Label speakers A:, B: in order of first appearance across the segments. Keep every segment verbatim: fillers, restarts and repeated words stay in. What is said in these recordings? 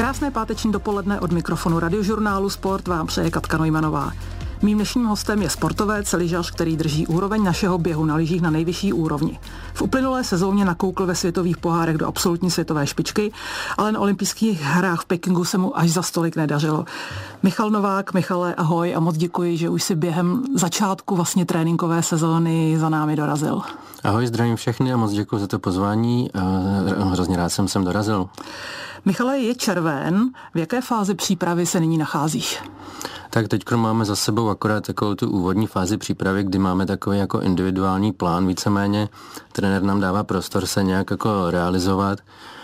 A: Krásné páteční dopoledne od mikrofonu Radiožurnálu Sport vám přeje Katka Neumannová. Mým dnešním hostem je sportovec, lyžař, který drží úroveň našeho běhu na lyžích na nejvyšší úrovni. V uplynulé sezóně nakoukl ve světových pohárech do absolutní světové špičky, ale na olympijských hrách v Pekingu se mu až za stolik nedařilo. Michal Novák, Michale, ahoj a moc děkuji, že už si během začátku vlastně tréninkové sezóny za námi dorazil.
B: Ahoj, zdravím všechny a moc děkuji za to pozvání. Hrozně rád jsem sem dorazil.
A: Michale, je červen. V jaké fázi přípravy se nyní nacházíš?
B: Tak teď máme za sebou akorát takovou tu úvodní fázi přípravy, kdy máme takový jako individuální plán, víceméně trenér nám dává prostor se nějak jako realizovat.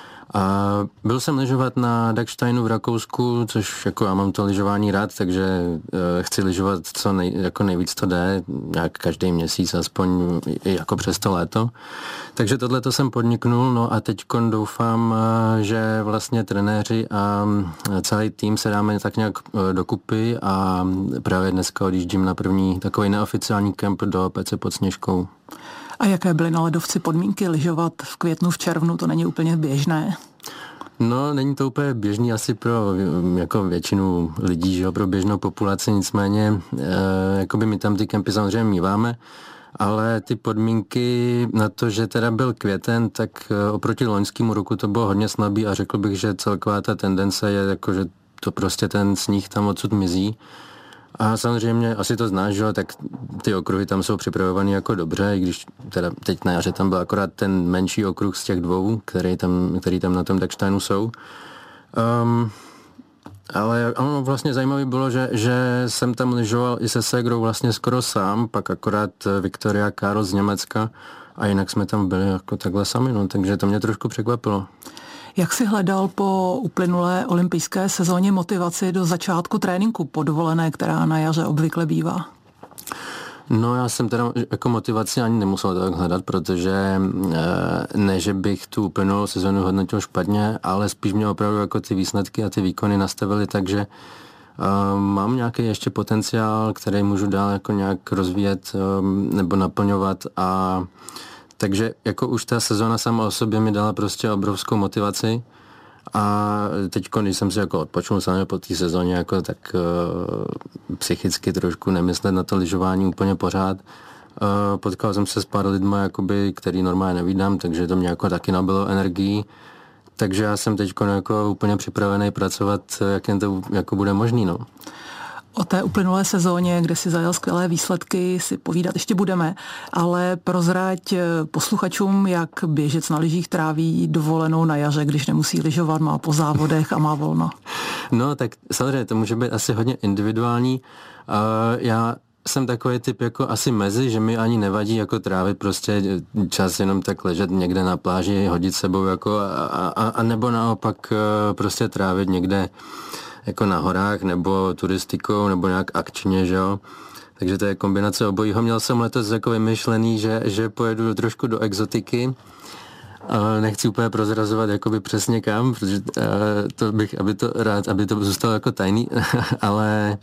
B: A byl jsem lyžovat na Dachsteinu v Rakousku, což jako já mám to lyžování rád, takže uh, chci lyžovat co nej, jako nejvíc to jde, nějak každý měsíc, aspoň jako přes to léto. Takže tohleto jsem podniknul, no a teď doufám, uh, že vlastně trenéři a celý tým se dáme tak nějak uh, dokupy a právě dneska odjíždím na první takový neoficiální kemp do Pece pod Sněžkou.
A: A jaké byly na ledovci podmínky lyžovat v květnu, v červnu? To není úplně běžné.
B: No, není to úplně běžný asi pro jako většinu lidí, že jo, pro běžnou populaci, nicméně e, jakoby my tam ty kempy samozřejmě míváme, ale ty podmínky na to, že teda byl květen, tak e, oproti loňskému roku to bylo hodně slabý a řekl bych, že celková ta tendence je jako, že to prostě ten sníh tam odsud mizí. A samozřejmě, asi to znáš, že? Tak ty okruhy tam jsou připravované jako dobře, i když teda teď na jaře tam byl akorát ten menší okruh z těch dvou, který tam, který tam na tom Dachsteinu jsou. Um, ale ono vlastně zajímavé bylo, že, že jsem tam lyžoval i se ségrou vlastně skoro sám, pak akorát Viktoria Karl z Německa a jinak jsme tam byli jako takhle sami, no, takže to mě trošku překvapilo.
A: Jak jsi hledal po uplynulé olympijské sezóně motivaci do začátku tréninku po dovolené, která na jaře obvykle bývá?
B: No já jsem teda jako motivaci ani nemusel tak hledat, protože ne, že bych tu uplynulou sezónu hodnotil špatně, ale spíš mě opravdu jako ty výsledky a ty výkony nastavily, takže uh, mám nějaký ještě potenciál, který můžu dál jako nějak rozvíjet um, nebo naplňovat a takže jako už ta sezóna sama o sobě mi dala prostě obrovskou motivaci a teď, když jsem si jako odpočnul sám po té sezóně, jako tak uh, psychicky trošku nemyslet na to lyžování úplně pořád. Uh, potkal jsem se s pár lidma, jakoby, který normálně nevídám, takže to mě jako taky nabilo energií. Takže já jsem teď jako úplně připravený pracovat, jak jen to jako bude možný, no.
A: O té uplynulé sezóně, kde si zajel skvělé výsledky, si povídat ještě budeme, ale prozrať posluchačům, jak běžec na lyžích tráví dovolenou na jaře, když nemusí lyžovat, má po závodech a má volno.
B: No tak samozřejmě to může být asi hodně individuální. Uh, já jsem takový typ jako asi mezi, že mi ani nevadí jako trávit prostě čas jenom tak ležet někde na pláži, hodit sebou jako a, a, a nebo naopak uh, prostě trávit někde jako na horách, nebo turistikou, nebo nějak akčně, že jo. Takže to je kombinace obojího. Měl jsem letos jako vymyšlený, že, že pojedu trošku do exotiky. Nechci úplně prozrazovat jakoby přesně kam, protože to bych, aby to rád, aby to zůstalo jako tajný, ale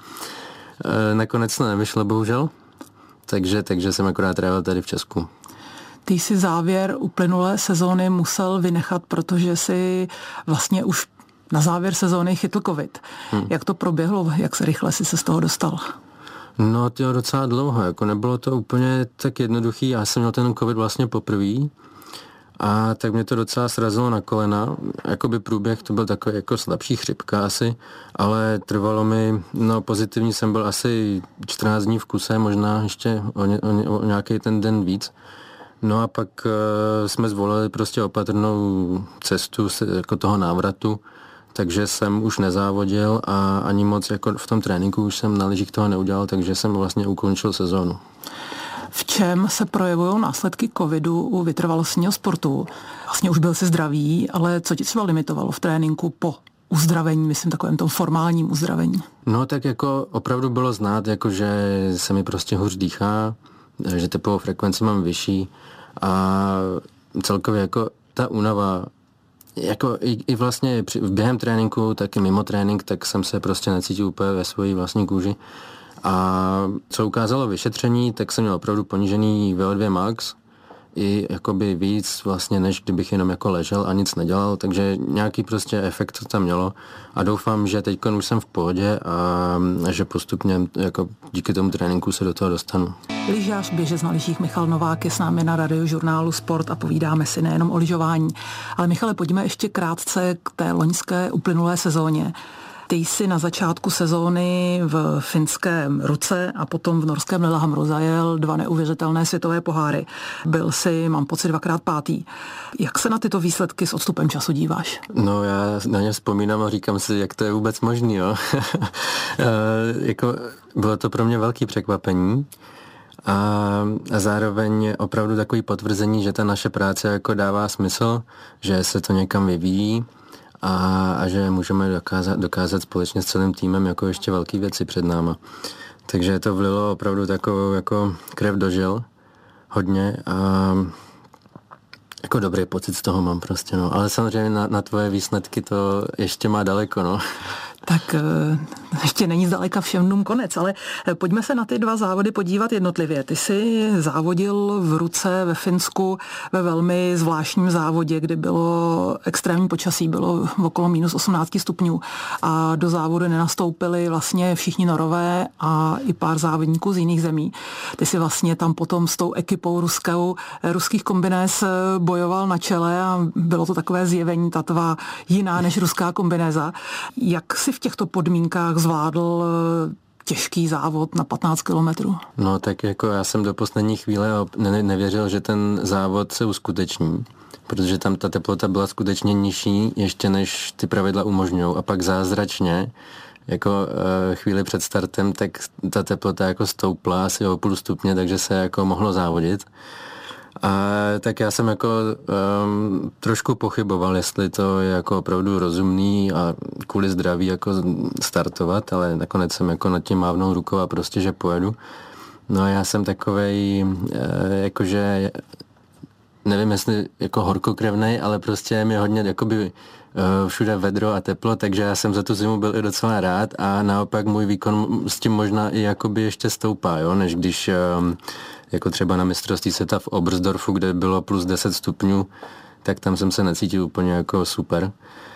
B: nakonec to nevyšlo, bohužel. Takže, takže jsem akorát trávil tady v Česku.
A: Ty jsi závěr uplynulé sezóny musel vynechat, protože si vlastně už na závěr sezóny chytl covid. Hmm. Jak to proběhlo? Jak se rychle si se z toho dostal?
B: No to docela dlouho, jako nebylo to úplně tak jednoduchý. Já jsem měl ten covid vlastně poprvé a tak mě to docela srazilo na kolena. Jakoby průběh to byl takový jako slabší chřipka asi, ale trvalo mi, no pozitivní jsem byl asi čtrnáct dní v kuse, možná ještě o, ně, o, ně, o nějaký ten den víc. No a pak uh, jsme zvolili prostě opatrnou cestu jako toho návratu, takže jsem už nezávodil a ani moc jako v tom tréninku už jsem na lyžích toho neudělal, takže jsem vlastně ukončil sezónu.
A: V čem se projevují následky covidu u vytrvalostního sportu? Vlastně už byl jsi zdravý, ale co ti třeba limitovalo v tréninku po uzdravení, myslím takovém tom formálním uzdravení?
B: No tak jako opravdu bylo znát, jako že se mi prostě hůř dýchá, že tepovou frekvenci mám vyšší a celkově jako ta únava, jako i, i vlastně při, během tréninku, tak i mimo trénink, tak jsem se prostě necítil úplně ve své vlastní kůži. A co ukázalo vyšetření, tak jsem měl opravdu ponížený V O dva max, i jakoby víc vlastně, než kdybych jenom jako ležel a nic nedělal, takže nějaký prostě efekt to tam mělo a doufám, že teď už jsem v pohodě a že postupně jako díky tomu tréninku se do toho dostanu.
A: Lyžař, běžec na lyžích Michal Novák je s námi na Radiožurnálu Sport a povídáme si nejenom o lyžování. Ale Michale, pojďme ještě krátce k té loňské uplynulé sezóně. Ty jsi na začátku sezóny v finském Ruce a potom v norském Lillehammeru zajel dva neuvěřitelné světové poháry. Byl jsi, mám pocit, dvakrát pátý. Jak se na tyto výsledky s odstupem času díváš?
B: No já na ně vzpomínám a říkám si, jak to je vůbec možný. Jo? jako, bylo to pro mě velké překvapení. A, a zároveň opravdu takový potvrzení, že ta naše práce jako dává smysl, že se to někam vyvíjí. A, a že můžeme dokázat, dokázat společně s celým týmem jako ještě velké věci před náma. Takže to vlilo opravdu takovou jako krev do žil hodně a jako dobrý pocit z toho mám prostě, no. Ale samozřejmě na, na tvoje výsledky to ještě má daleko, no.
A: Tak ještě není zdaleka všem dnům konec, ale pojďme se na ty dva závody podívat jednotlivě. Ty jsi závodil v Ruce ve Finsku ve velmi zvláštním závodě, kdy bylo extrémní počasí, bylo okolo minus osmnáct stupňů a do závodu nenastoupili vlastně všichni Norové a i pár závodníků z jiných zemí. Ty jsi vlastně tam potom s tou ekipou ruskou, ruských kombinéz bojoval na čele a bylo to takové zjevení, ta tvá jiná než ruská kombinéza. Jak si v těchto podmínkách zvládl těžký závod na patnáct kilometrů?
B: No tak jako já jsem do poslední chvíle ne- nevěřil, že ten závod se uskuteční, protože tam ta teplota byla skutečně nižší ještě než ty pravidla umožňují a pak zázračně jako e, chvíli před startem, tak ta teplota jako stoupla asi o půl stupně, takže se jako mohlo závodit. A tak já jsem jako um, trošku pochyboval, jestli to je jako opravdu rozumný a kvůli zdraví jako startovat, ale nakonec jsem jako nad tím mávnou rukou a prostě, že pojedu. No a já jsem takovej, e, jakože nevím, jestli jako horkokrevnej, ale prostě je mi hodně jakoby e, všude vedro a teplo, takže já jsem za tu zimu byl i docela rád a naopak můj výkon s tím možná i jakoby ještě stoupá, jo, než když e, jako třeba na mistrovství světa v Oberstdorfu, kde bylo plus deset stupňů, tak tam jsem se necítil úplně jako super.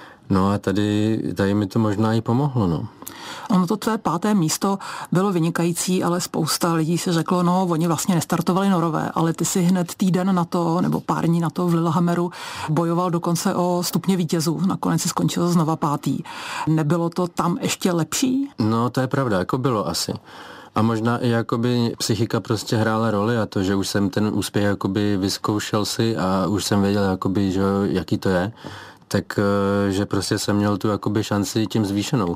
B: No a tady, tady mi to možná i pomohlo, no.
A: Ono to tvé páté místo bylo vynikající, ale spousta lidí si řeklo, no, oni vlastně nestartovali Norové, ale ty si hned týden na to, nebo pár dní na to v Lillehammeru bojoval dokonce o stupně vítězů. Nakonec si skončil znova pátý. Nebylo to tam ještě lepší?
B: No, to je pravda, jako bylo asi. A možná i jakoby psychika prostě hrála roli a to, že už jsem ten úspěch jakoby vyzkoušel si a už jsem věděl jakoby, že jaký to je, tak že prostě jsem měl tu jakoby šanci tím zvýšenou.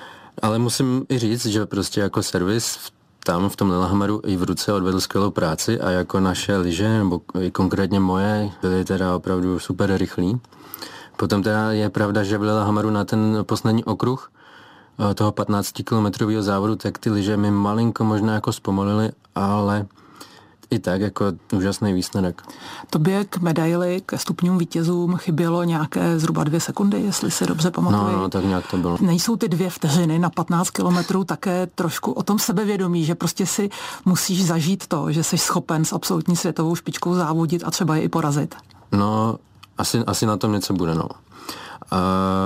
B: Ale musím i říct, že prostě jako servis tam v tom Lillehammeru i v Ruce odvedl skvělou práci a jako naše lyže, nebo i konkrétně moje, byly teda opravdu super rychlí. Potom teda je pravda, že v Lillehammeru na ten poslední okruh toho patnáctikilometrového závodu, tak ty lyže mi malinko možná jako zpomalily, ale i tak jako úžasný výsledek.
A: Tobě k medaili, ke stupňům vítězům chybělo nějaké zhruba dvě sekundy, jestli si dobře pamatuji.
B: No, no, tak nějak to bylo.
A: Nejsou ty dvě vteřiny na patnáct kilometrů také trošku o tom sebevědomí, že prostě si musíš zažít to, že jsi schopen s absolutní světovou špičkou závodit a třeba je i porazit?
B: No, asi, asi na tom něco bude, no. A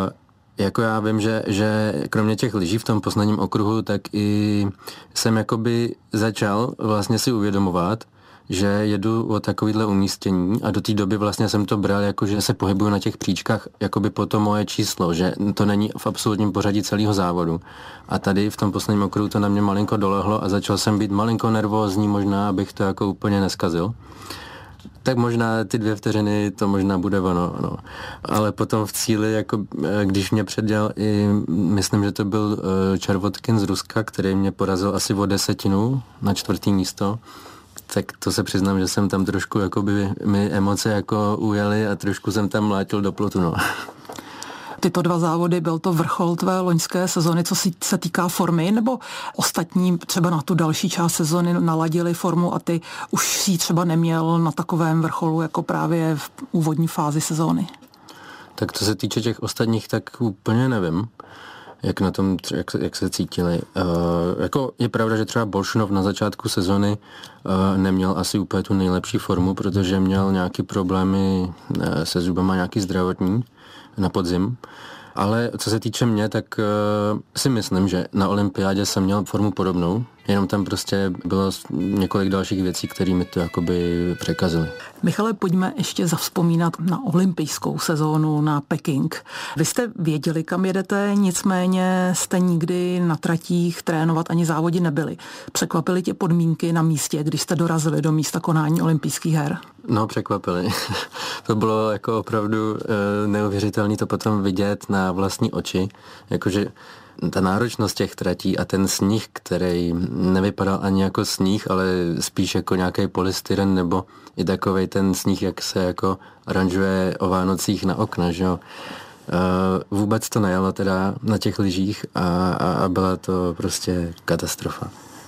B: jako já vím, že, že kromě těch lyží v tom posledním okruhu, tak i jsem jakoby začal vlastně si uvědomovat, že jedu o takovýhle umístění a do té doby vlastně jsem to bral jako, že se pohybuju na těch příčkách jakoby po to moje číslo, že to není v absolutním pořadí celého závodu. A tady v tom posledním okruhu to na mě malinko dolehlo a začal jsem být malinko nervózní možná, abych to jako úplně neskazil. Tak možná ty dvě vteřiny to možná bude ono, no. Ale potom v cíli, jako když mě předěl i, myslím, že to byl Červotkin z Ruska, který mě porazil asi o desetinu na čtvrtý místo, tak to se přiznám, že jsem tam trošku, jakoby mi emoce jako ujeli a trošku jsem tam mlátil do plotu, no.
A: Tyto dva závody, byl to vrchol tvé loňské sezony, co se týká formy, nebo ostatní třeba na tu další část sezony naladili formu a ty už si třeba neměl na takovém vrcholu jako právě v úvodní fázi sezóny?
B: Tak co se týče těch ostatních, tak úplně nevím. jak na tom, jak, jak se cítili. Uh, jako je pravda, že třeba Bolšunov na začátku sezony uh, neměl asi úplně tu nejlepší formu, protože měl nějaké problémy uh, se zubama, nějaký zdravotní na podzim. Ale co se týče mě, tak uh, si myslím, že na olympiádě jsem měl formu podobnou, jenom tam prostě bylo několik dalších věcí, které mi to jakoby překazily.
A: Michale, pojďme ještě zavzpomínat na olympijskou sezónu, na Peking. Vy jste věděli, kam jedete, nicméně jste nikdy na tratích trénovat ani závodit nebyli. Překvapily tě podmínky na místě, když jste dorazili do místa konání olympijských her?
B: No, překvapily. To bylo jako opravdu e, neuvěřitelné to potom vidět na vlastní oči, jakože ta náročnost těch tratí a ten sníh, který nevypadal ani jako sníh, ale spíš jako nějaký polystyren nebo i takovej ten sníh, jak se jako aranžuje o Vánocích na okna, že jo. Uh, vůbec to nejelo teda na těch lyžích a, a, a byla to prostě katastrofa.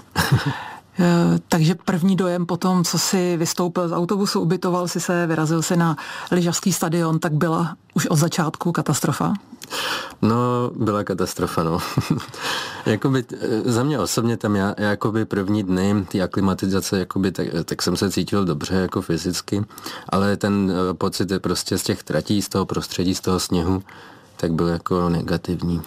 A: Takže první dojem po tom, co si vystoupil z autobusu, ubytoval si se, vyrazil si na lyžařský stadion, tak byla už od začátku katastrofa?
B: No, byla katastrofa, no. Jakoby za mě osobně tam já, jakoby první dny ty aklimatizace, jakoby, tak, tak jsem se cítil dobře jako fyzicky, ale ten pocit je prostě z těch tratí, z toho prostředí, z toho sněhu, tak byl jako negativní.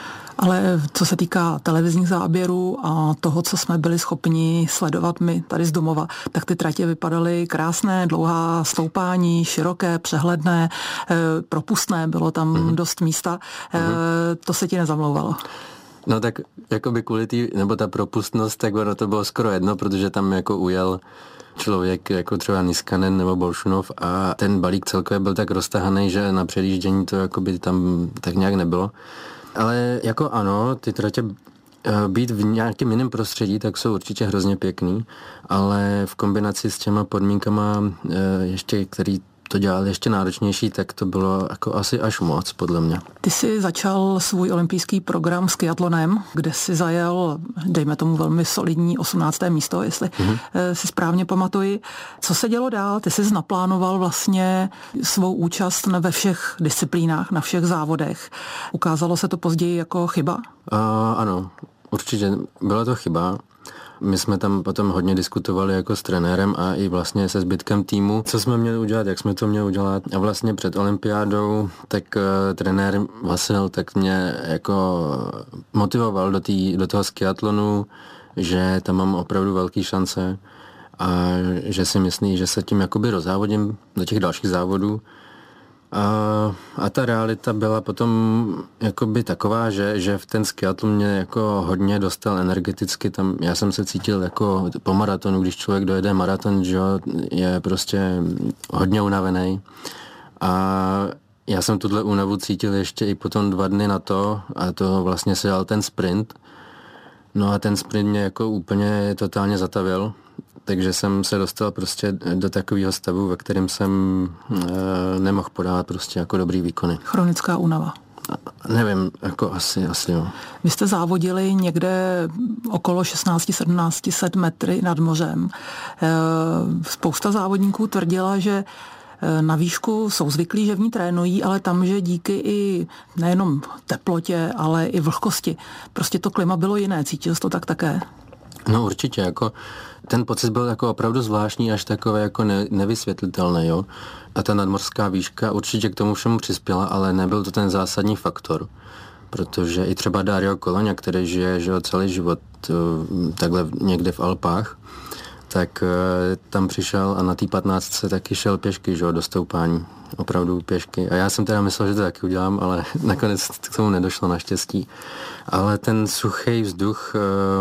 A: Ale co se týká televizních záběrů a toho, co jsme byli schopni sledovat my tady z domova, tak ty tratě vypadaly krásné, dlouhá stoupání, široké, přehledné, propustné, bylo tam mm. dost místa. Mm. To se ti nezamlouvalo?
B: No tak jakoby kvůli tý, nebo ta propustnost, tak ono to bylo skoro jedno, protože tam jako ujel člověk jako třeba Niskanen nebo Bolšunov a ten balík celkově byl tak roztahaný, že na předjíždění to jakoby tam tak nějak nebylo. Ale jako ano, ty tratě být v nějakém jiném prostředí, tak jsou určitě hrozně pěkný, ale v kombinaci s těma podmínkama ještě, který to dělal ještě náročnější, tak to bylo jako asi až moc, podle mě.
A: Ty jsi začal svůj olympijský program s kyatlonem, kde jsi zajel, dejme tomu velmi solidní osmnácté místo, jestli mm-hmm. si správně pamatuji. Co se dělo dál? Ty jsi naplánoval vlastně svou účast ve všech disciplínách, na všech závodech. Ukázalo se to později jako chyba?
B: Uh, ano, určitě byla to chyba. My jsme tam potom hodně diskutovali jako s trenérem a i vlastně se zbytkem týmu, co jsme měli udělat, jak jsme to měli udělat. A vlastně před olympiádou, tak uh, trenér Vasil tak mě jako motivoval do, tý, do toho skiatlonu, že tam mám opravdu velký šance a že si myslí, že se tím jakoby rozzávodím do těch dalších závodů. A, a ta realita byla potom jakoby taková, že, že v ten skiatlon mě jako hodně dostal energeticky. Tam já jsem se cítil jako po maratonu, když člověk dojede maraton, že je prostě hodně unavený. A já jsem tuhle únavu cítil ještě i potom dva dny na to a to vlastně se dal ten sprint. No a ten sprint mě jako úplně totálně zatavil. Takže jsem se dostal prostě do takového stavu, ve kterém jsem e, nemohl podávat prostě jako dobrý výkony.
A: Chronická únava.
B: Nevím, jako asi, asi jo.
A: Vy jste závodili někde okolo šestnáct sedmnáct set metry nad mořem. E, spousta závodníků tvrdila, že na výšku jsou zvyklí, že v ní trénují, ale tam, že díky i nejenom teplotě, ale i vlhkosti. Prostě to klima bylo jiné. Cítil jsi to tak také?
B: No určitě, jako ten pocit byl jako opravdu zvláštní, až takový jako ne, nevysvětlitelný, jo. A ta nadmořská výška určitě k tomu všemu přispěla, ale nebyl to ten zásadní faktor. Protože i třeba Dario Koloňa, který žije že celý život takhle někde v Alpách, tak tam přišel a na té patnáctce taky šel pěšky, že do stoupání. Opravdu pěšky. A já jsem teda myslel, že to taky udělám, ale nakonec k tomu nedošlo naštěstí. Ale ten suchý vzduch,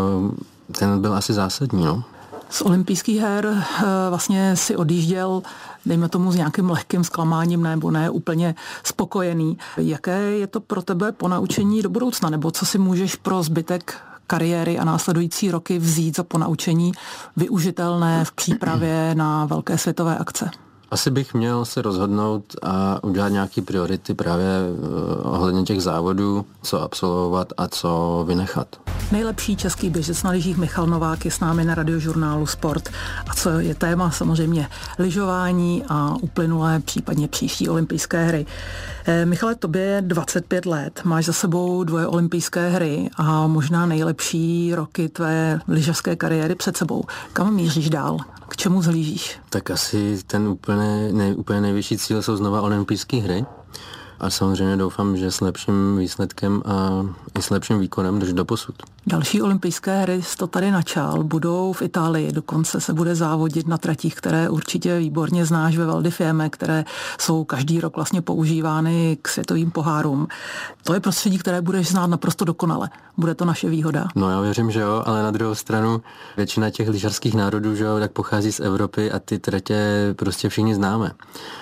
B: ten byl asi zásadní, no.
A: Z olympijských her vlastně si odjížděl, dejme tomu, s nějakým lehkým zklamáním nebo ne úplně spokojený. Jaké je to pro tebe ponaučení do budoucna, nebo co si můžeš pro zbytek kariéry a následující roky vzít za ponaučení využitelné v přípravě na velké světové akce?
B: Asi bych měl se rozhodnout a udělat nějaké priority právě ohledně těch závodů, co absolvovat a co vynechat.
A: Nejlepší český běžec na lyžích Michal Novák je s námi na Radiožurnálu Sport. A co je téma? Samozřejmě lyžování a uplynulé, případně příští olympijské hry. Eh, Michale, tobě je dvacet pět let, máš za sebou dvoje olympijské hry a možná nejlepší roky tvé lyžařské kariéry před sebou. Kam míříš dál? K čemu zhlížíš?
B: Tak asi ten úplně, nej, úplně nejvyšší cíl jsou znova olympijské hry. A samozřejmě doufám, že s lepším výsledkem a i s lepším výkonem než doposud.
A: Další olympijské hry jsi to tady načal, budou v Itálii, dokonce se bude závodit na tratích, které určitě výborně znáš ve Val di Fiemme, které jsou každý rok vlastně používány k světovým pohárům. To je prostředí, které budeš znát naprosto dokonale. Bude to naše výhoda?
B: No já věřím, že jo, ale na druhou stranu většina těch lyžařských národů, že jo, tak pochází z Evropy a ty tratě prostě všichni známe.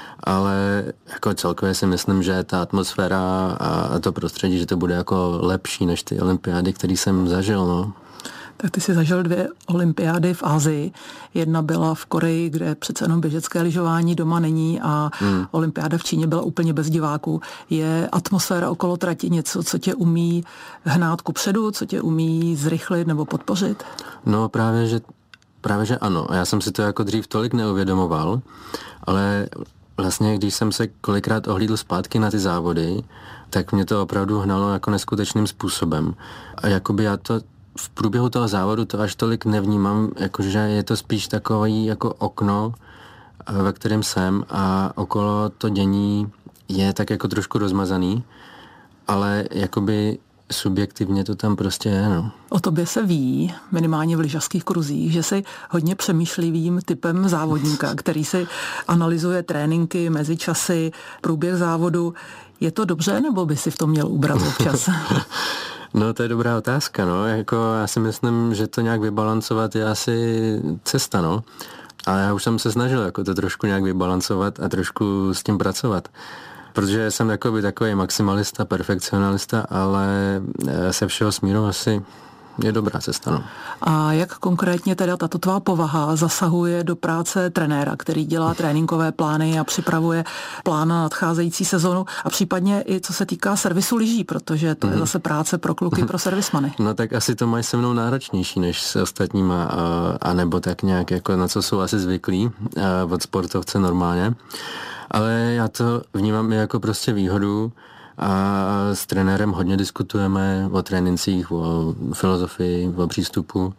B: Ale jako celkově si myslím, že ta atmosféra a to prostředí, že to bude jako lepší než ty olympiády, které jsem zažil, no.
A: Tak ty jsi zažil dvě olympiády v Asii. Jedna byla v Koreji, kde přece jenom běžecké lyžování doma není a hmm. olympiáda v Číně byla úplně bez diváků. Je atmosféra okolo trati něco, co tě umí hnát kupředu, co tě umí zrychlit nebo podpořit?
B: No právě, že, právě, že ano. Já jsem si to jako dřív tolik neuvědomoval, ale vlastně, když jsem se kolikrát ohlídl zpátky na ty závody, tak mě to opravdu hnalo jako neskutečným způsobem. A jakoby já to v průběhu toho závodu to až tolik nevnímám, jakože je to spíš takový jako okno, ve kterém jsem a okolo to dění je tak jako trošku rozmazaný, ale jakoby subjektivně to tam prostě je, no.
A: O tobě se ví, minimálně v lyžařských kruzích, že jsi hodně přemýšlivým typem závodníka, který si analyzuje tréninky, mezičasy, průběh závodu. Je to dobře, nebo by si v tom měl ubrat občas?
B: No, to je dobrá otázka, no. Jako, já si myslím, že to nějak vybalancovat je asi cesta, no. Ale já už jsem se snažil jako to trošku nějak vybalancovat a trošku s tím pracovat. Protože jsem jakoby takový maximalista, perfekcionalista, ale se všeho smíru asi je dobrá cesta. No.
A: A jak konkrétně teda tato tvá povaha zasahuje do práce trenéra, který dělá tréninkové plány a připravuje plán na nadcházející sezonu a případně i co se týká servisu lyží, protože to je zase práce pro kluky, pro servismany.
B: No tak asi to mají se mnou náročnější než se ostatníma, a, a nebo tak nějak, jako na co jsou asi zvyklí od sportovce normálně. Ale já to vnímám i jako prostě výhodu a s trenérem hodně diskutujeme o trénincích, o filozofii, o přístupu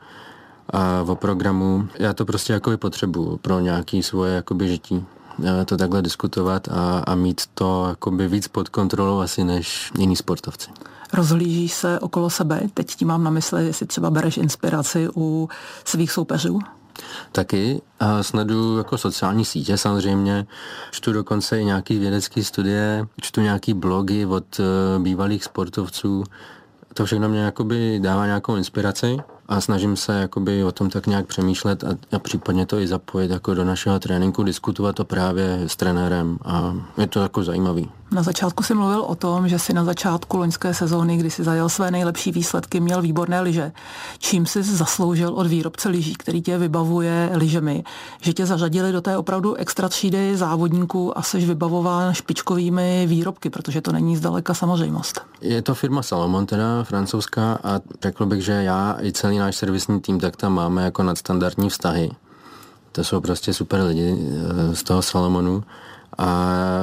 B: a o programu. Já to prostě jakoby potřebuju pro nějaké svoje jakoby žití. To takhle diskutovat a, a mít to jakoby víc pod kontrolou asi než jiní sportovci.
A: Rozhlížíš se okolo sebe? Teď tím mám na mysli, jestli třeba bereš inspiraci u svých soupeřů?
B: Taky a sleduju jako sociální sítě samozřejmě, čtu dokonce i nějaký vědecký studie, čtu nějaký blogy od uh, bývalých sportovců, to všechno mě jakoby dává nějakou inspiraci a snažím se jakoby o tom tak nějak přemýšlet a, a případně to i zapojit jako do našeho tréninku, diskutovat to právě s trenérem a je to jako zajímavý.
A: Na začátku si mluvil o tom, že si na začátku loňské sezóny, kdy si zajel své nejlepší výsledky, měl výborné lyže. Čím jsi zasloužil od výrobce lyží, který tě vybavuje lyžemi, že tě zařadili do té opravdu extra třídy závodníků a jsi vybavován špičkovými výrobky, protože to není zdaleka samozřejmost.
B: Je to firma Salomon, teda francouzská, a řekl bych, že já i celý náš servisní tým, tak tam máme jako nadstandardní vztahy. To jsou prostě super lidi z toho Salomonu a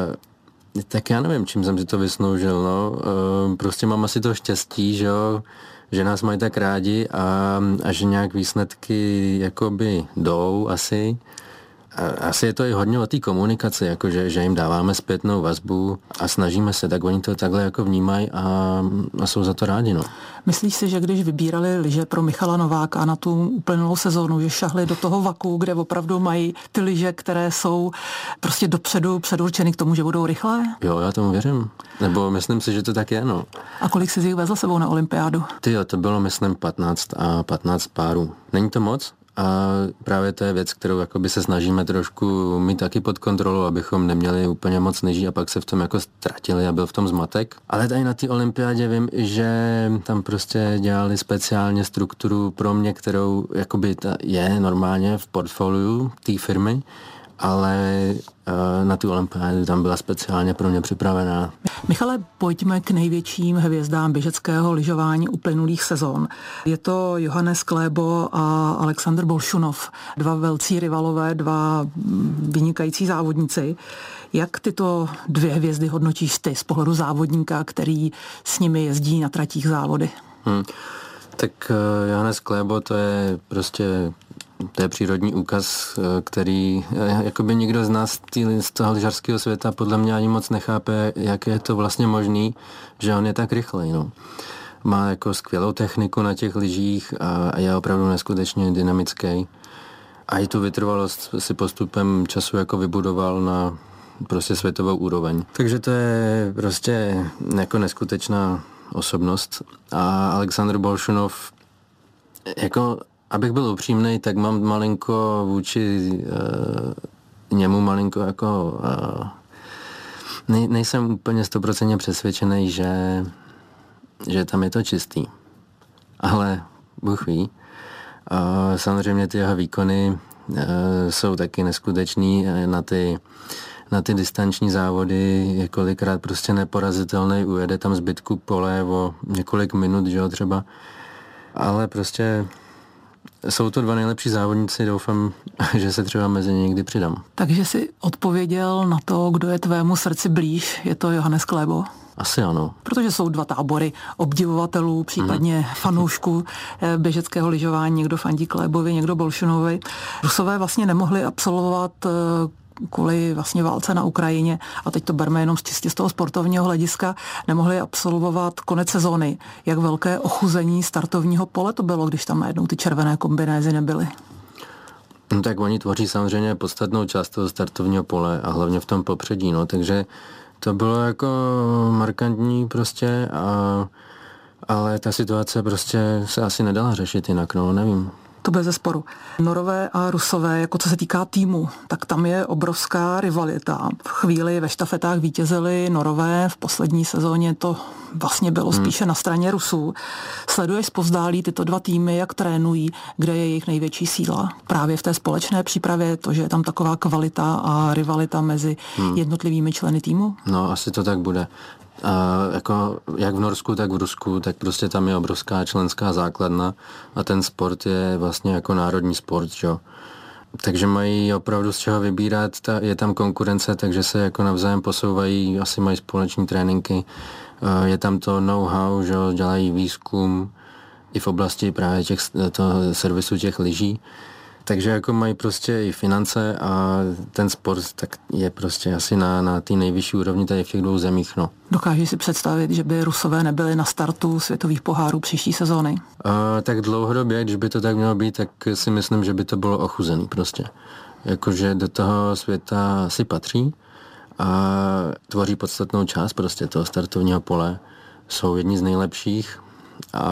B: tak já nevím, čím jsem si to vysloužil, no. Prostě mám asi to štěstí, že jo, že nás mají tak rádi a, a že nějak výsledky jakoby jdou asi. A asi je to i hodně o té komunikaci, jakože, že jim dáváme zpětnou vazbu a snažíme se, tak oni to takhle jako vnímají a, a jsou za to rádi, no.
A: Myslíš si, že když vybírali lyže pro Michala Nováka na tu uplynulou sezónu, že šahli do toho vaku, kde opravdu mají ty lyže, které jsou prostě dopředu předurčeny k tomu, že budou rychlé?
B: Jo, já tomu věřím. Nebo myslím si, že to tak je, no.
A: A kolik jsi jich vezl sebou na olympiádu?
B: Tyjo, to bylo, myslím, patnáct a patnáct párů. Není to moc? A právě to je věc, kterou jakoby se snažíme trošku mít taky pod kontrolou, abychom neměli úplně moc lyží a pak se v tom jako ztratili a byl v tom zmatek. Ale tady na té olympiádě vím, že tam prostě dělali speciálně strukturu pro mě, kterou jakoby ta je normálně v portfoliu té firmy ale na tu olympiádu tam byla speciálně pro mě připravená.
A: Michale, pojďme k největším hvězdám běžeckého lyžování uplynulých sezon. Je to Johannes Klébo a Alexander Bolšunov, dva velcí rivalové, dva vynikající závodníci. Jak tyto dvě hvězdy hodnotíš ty z pohledu závodníka, který s nimi jezdí na tratích závody?
B: Hmm. Tak Johannes Klébo, to je prostě to je přírodní úkaz, který jakoby nikdo z nás tý, z toho lyžařského světa podle mě ani moc nechápe, jak je to vlastně možný, že on je tak rychlej. No. Má jako skvělou techniku na těch lyžích a je opravdu neskutečně dynamický. A i tu vytrvalost si postupem času jako vybudoval na prostě světovou úroveň. Takže to je prostě jako neskutečná osobnost. A Alexander Bolšunov, jako abych byl upřímnej, tak mám malinko vůči uh, němu malinko jako uh, nej, nejsem úplně stoprocentně přesvědčený, že, že tam je to čistý. Ale Bůh ví. Uh, samozřejmě ty jeho výkony uh, jsou taky neskutečný na ty na ty distanční závody je kolikrát prostě neporazitelný, ujede tam zbytku pole o několik minut, že jo, třeba. Ale prostě jsou to dva nejlepší závodníci, doufám, že se třeba mezi ně někdy přidám.
A: Takže jsi odpověděl na to, kdo je tvému srdci blíž, je to Johannes Klébo?
B: Asi ano.
A: Protože jsou dva tábory obdivovatelů, případně mm. fanoušků běžeckého lyžování, někdo fandí Klébovi, někdo Bolšunovi. Rusové vlastně nemohli absolvovat kvůli vlastně válce na Ukrajině, a teď to berme jenom čistě z toho sportovního hlediska, nemohli absolvovat konec sezóny. Jak velké ochuzení startovního pole to bylo, když tam najednou ty červené kombinézy nebyly?
B: No tak oni tvoří samozřejmě podstatnou část toho startovního pole a hlavně v tom popředí, no, takže to bylo jako markantní prostě, a, ale ta situace prostě se asi nedala řešit jinak, no, nevím.
A: To bez zesporu. Norové a Rusové, jako co se týká týmu, tak tam je obrovská rivalita. V chvíli ve štafetách vítězili Norové, v poslední sezóně to vlastně bylo hmm. spíše na straně Rusů. Sleduješ zpovzdálí tyto dva týmy, jak trénují, kde je jejich největší síla? Právě v té společné přípravě, to, že je tam taková kvalita a rivalita mezi hmm. jednotlivými členy týmu?
B: No, asi to tak bude. A jako jak v Norsku, tak v Rusku, tak prostě tam je obrovská členská základna a ten sport je vlastně jako národní sport, jo. Takže mají opravdu z čeho vybírat, ta, je tam konkurence, takže se jako navzájem posouvají, asi mají společní tréninky, je tam to know-how, že jo, dělají výzkum i v oblasti právě těch, toho servisu těch lyží. Takže jako mají prostě i finance a ten sport tak je prostě asi na, na té nejvyšší úrovni tady v těch dvou zemích, no.
A: Dokážeš si představit, že by Rusové nebyli na startu světových pohárů příští sezóny?
B: Uh, tak dlouhodobě, když by to tak mělo být, tak si myslím, že by to bylo ochuzený prostě. Jakože do toho světa si patří a tvoří podstatnou část prostě toho startovního pole. Jsou jedni z nejlepších a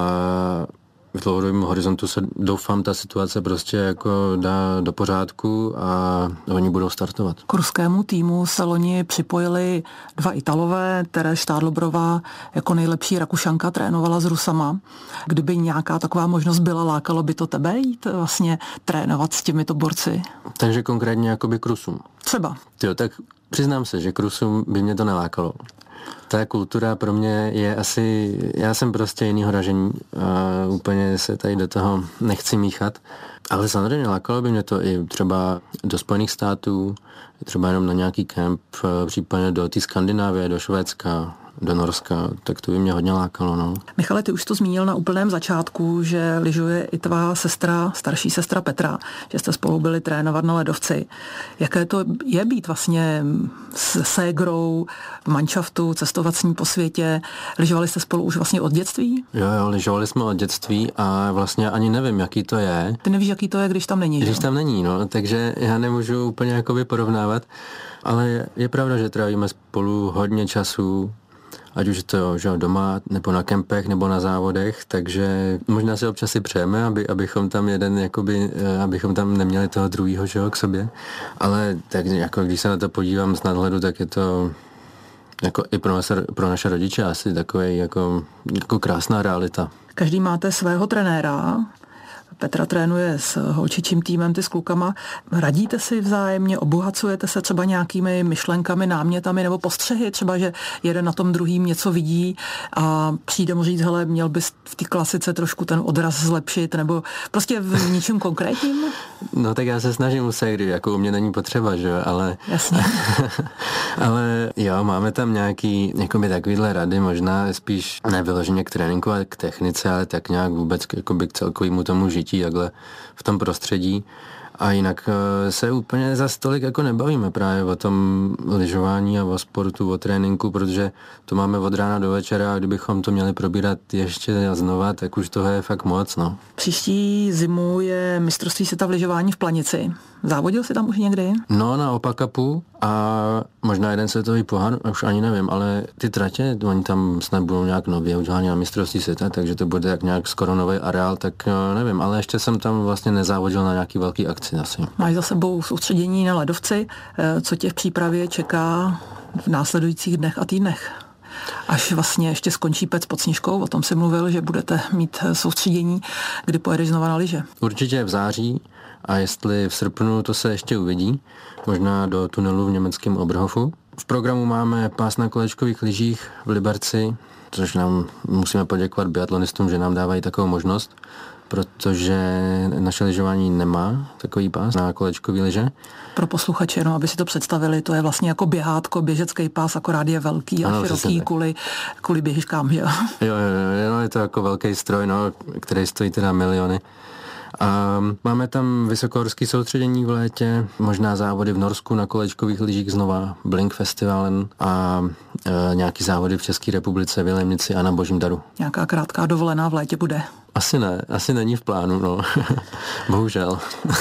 B: v dlouhodobém horizontu se doufám, ta situace prostě jako dá do pořádku a oni budou startovat.
A: K ruskému týmu se loni připojili dva Italové, Tereza Štádlobrová jako nejlepší Rakušanka trénovala s Rusama. Kdyby nějaká taková možnost byla, lákalo by to tebe jít vlastně trénovat s těmito borci?
B: Takže konkrétně jakoby k Rusům.
A: Třeba.
B: Tyjo, tak přiznám se, že k Rusům by mě to nelákalo. Ta kultura pro mě je asi, já jsem prostě jinýho ražení a úplně se tady do toho nechci míchat, ale samozřejmě lákalo by mě to i třeba do Spojených států, třeba jenom na nějaký kemp, případně do té Skandinávie, do Švédska, do Norska, tak to by mě hodně lákalo, no.
A: Michale, ty už to zmínil na úplném začátku, že lyžuje i tvá sestra, starší sestra Petra, že jste spolu byli trénovat na ledovci. Jaké to je být vlastně s ségrou v manšaftu, cestovat s ní po světě? Lyžovali jste spolu už vlastně od dětství?
B: Jo, jo, lyžovali jsme od dětství a vlastně ani nevím, jaký to je.
A: Ty nevíš, jaký to je, když tam není,
B: Když
A: že?
B: tam není, no, takže já nemůžu úplně jakoby porovnávat, ale je, je pravda, že trávíme spolu hodně času, ať už to že doma, nebo na kempech, nebo na závodech, takže možná si občas si přejeme, aby, abychom tam jeden, jakoby, abychom tam neměli toho druhýho, že jo, k sobě, ale tak jako když se na to podívám z nadhledu, tak je to jako i pro naše, pro naše rodiče asi takový jako, jako krásná realita.
A: Každý máte svého trenéra. Petra trénuje s holčičím týmem, ty s klukama. Radíte si vzájemně, obohacujete se třeba nějakými myšlenkami, námětami nebo postřehy, třeba, že jeden na tom druhým něco vidí a přijde mu říct, hele, měl bys v té klasice trošku ten odraz zlepšit, nebo prostě v ničem konkrétním?
B: No tak já se snažím u Sejry, jako u mě není potřeba, že jo, ale...
A: Jasně.
B: Ale jo, máme tam nějaký, jakoby takovýhle rady, možná spíš nevyloženě k tréninku a k technice, ale tak nějak vůbec jakoby k celkovému tomu žití, takhle v tom prostředí. A jinak se úplně za stolik jako nebavíme právě o tom lyžování a o sportu, o tréninku, protože to máme od rána do večera a kdybychom to měli probírat ještě a znova, tak už toho je fakt moc, no.
A: Příští zimu je mistrovství světa v lyžování v Planici. Závodil jsi tam už někdy?
B: No, na Opakapu a možná jeden světový pohár, už ani nevím, ale ty tratě, oni tam snad budou nějak nově udělané na mistrovství světa, takže to bude tak nějak skoro nový areál, tak nevím, ale ještě jsem tam vlastně nezávodil na nějaký velký akci asi.
A: Máš za sebou soustředění na ledovci, co tě v přípravě čeká v následujících dnech a týdnech? Až vlastně ještě skončí Pec pod Sněžkou, o tom si mluvil, že budete mít soustředění, kdy pojedeš znova na lyže.
B: Určitě v září a jestli v srpnu, to se ještě uvidí, možná do tunelu v německém Oberhofu. V programu máme pás na kolečkových lyžích v Liberci, což nám musíme poděkovat biatlonistům, že nám dávají takovou možnost, protože naše lyžování nemá takový pás na kolečkový lyže.
A: Pro posluchače, no, aby si to představili, to je vlastně jako běhátko, běžecký pás, akorát je velký a ano, široký kvůli, kvůli běžkám, že jo?
B: Jo, jo, jo, je to jako velký stroj, no, který stojí teda miliony. A máme tam vysokohorský soustředění v létě, možná závody v Norsku na kolečkových lyžích znova, Blink Festivalen a e, nějaký závody v České republice, v Jilemnici a na Božím daru.
A: Nějaká krátká dovolená v létě bude?
B: Asi ne, asi není v plánu, no. Bohužel.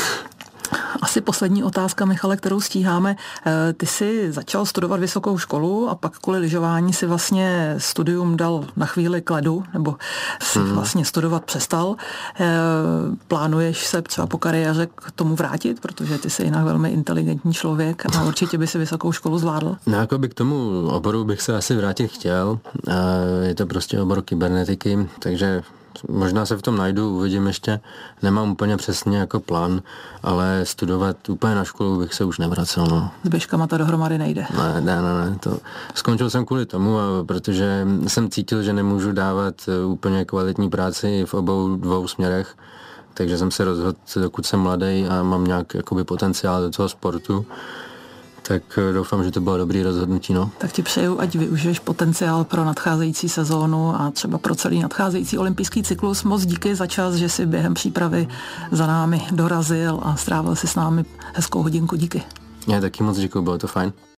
A: Asi poslední otázka, Michale, kterou stíháme. Ty jsi začal studovat vysokou školu a pak kvůli lyžování si vlastně studium dal na chvíli k ledu, nebo si mm. vlastně studovat přestal. Plánuješ se třeba po kariéře k tomu vrátit, protože ty jsi jinak velmi inteligentní člověk a určitě by si vysokou školu zvládl?
B: No, jako by k tomu oboru bych se asi vrátit chtěl. Je to prostě obor kybernetiky, takže možná se v tom najdu, uvidím ještě. Nemám úplně přesně jako plán, ale studovat úplně na školu bych se už nevracel. No.
A: S běžkama to dohromady nejde.
B: Ne, ne, ne, ne. To skončil jsem kvůli tomu, protože jsem cítil, že nemůžu dávat úplně kvalitní práci v obou dvou směrech, takže jsem se rozhodl, dokud jsem mladý a mám nějak jakoby potenciál do toho sportu, tak doufám, že to bylo dobrý rozhodnutí. No.
A: Tak ti přeju, ať využiješ potenciál pro nadcházející sezónu a třeba pro celý nadcházející olympijský cyklus. Moc díky za čas, že jsi během přípravy za námi dorazil a strávil si s námi hezkou hodinku. Díky.
B: Já taky moc děkuji, bylo to fajn.